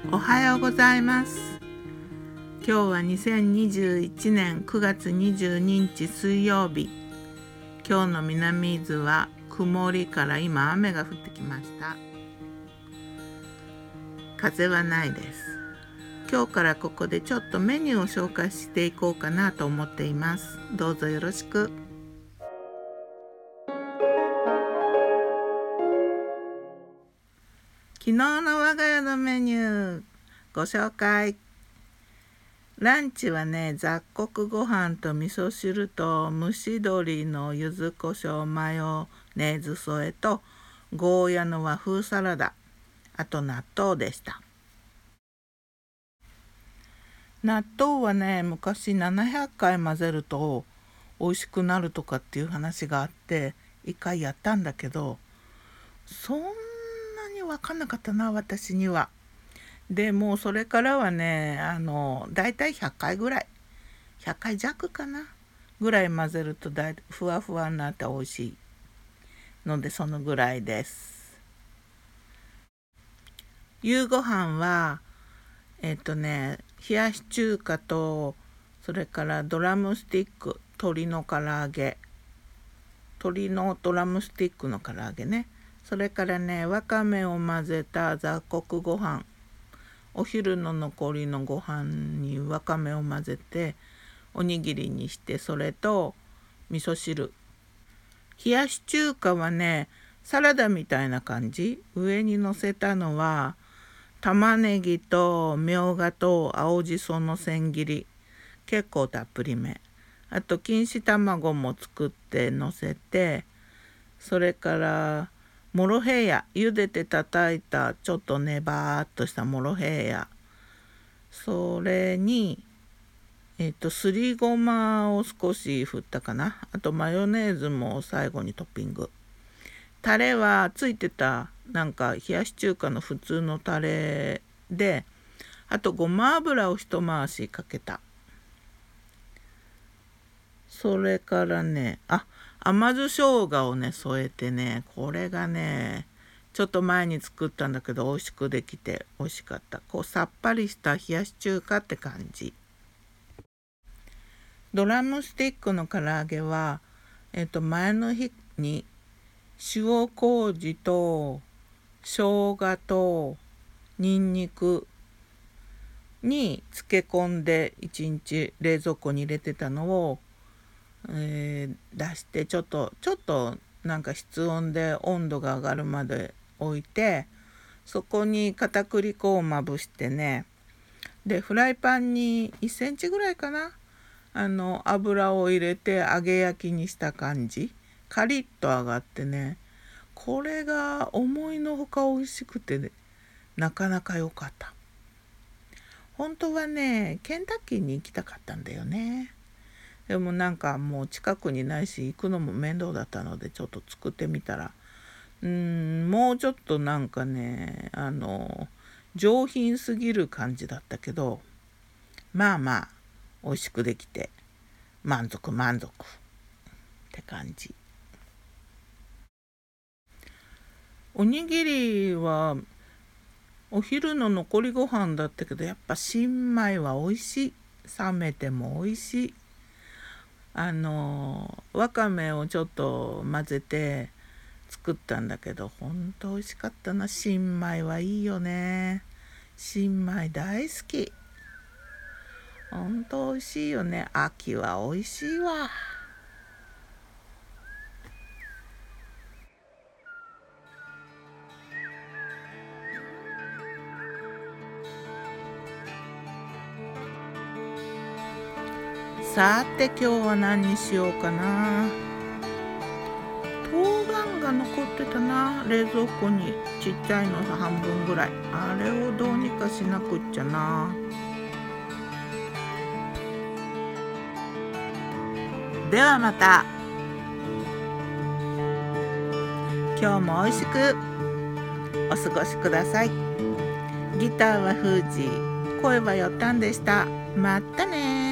おはようございます。今日は2021年9月22日水曜日。今日の南伊豆は曇りから今雨が降ってきました。風はないです。今日からここでちょっとメニューを紹介していこうかなと思っています。どうぞよろしく。昨日の我が家のメニューご紹介。ランチはね、雑穀ご飯と味噌汁と蒸し鶏の柚子胡椒マヨネーズ添えとゴーヤの和風サラダ、あと納豆でした。納豆はね、昔700回混ぜると美味しくなるとかっていう話があって一回やったんだけど、そんなに分かんなかったな、私には。でもうそれからはね、だいたい100回ぐらい、100回弱かなぐらい混ぜるとふわふわになって美味しいので、そのぐらいです。夕ご飯は冷やし中華と、それからドラムスティック、鶏の唐揚げ、鶏のドラムスティックの唐揚げね、それからね、わかめを混ぜた雑穀ご飯、お昼の残りのご飯にわかめを混ぜておにぎりにして、それと味噌汁。冷やし中華はね、サラダみたいな感じ。上に乗せたのは玉ねぎとみょうがと青じその千切り、結構たっぷりめ。あと錦糸卵も作って乗せて、それからモロヘイヤ、茹でて叩いたちょっとねばーっとしたモロヘイヤ、それにすりごまを少し振ったかな。あとマヨネーズも最後にトッピング。タレはついてた、なんか冷やし中華の普通のタレで、あとごま油を一回しかけた。それからね、甘酢生姜をね添えてね、これがねちょっと前に作ったんだけど美味しくできて美味しかった。こうさっぱりした冷やし中華って感じ。ドラムスティックの唐揚げは前の日に塩麹と生姜とにんにくに漬け込んで1日冷蔵庫に入れてたのを出してちょっとなんか室温で温度が上がるまで置いて、そこに片栗粉をまぶしてね、でフライパンに1センチぐらいかな、油を入れて揚げ焼きにした感じ、カリッと揚がってね、これが思いのほか美味しくて、なかなか良かった。本当はねケンタッキーに行きたかったんだよね。でもなんかもう近くにないし行くのも面倒だったので、ちょっと作ってみたらもうちょっとなんかね上品すぎる感じだったけど、まあまあ美味しくできて満足って感じ。おにぎりはお昼の残りご飯だったけど、やっぱ新米は美味しい。冷めても美味しい。わかめをちょっと混ぜて作ったんだけど、ほんと美味しかったな。新米はいいよね。新米大好き。ほんと美味しいよね。秋は美味しいわ。さて今日は何にしようかな。冬瓜が残ってたな、冷蔵庫に。ちっちゃいの半分ぐらい。あれをどうにかしなくっちゃな。ではまた。今日も美味しくお過ごしください。ギターはフージー、声はよったんでした。またね。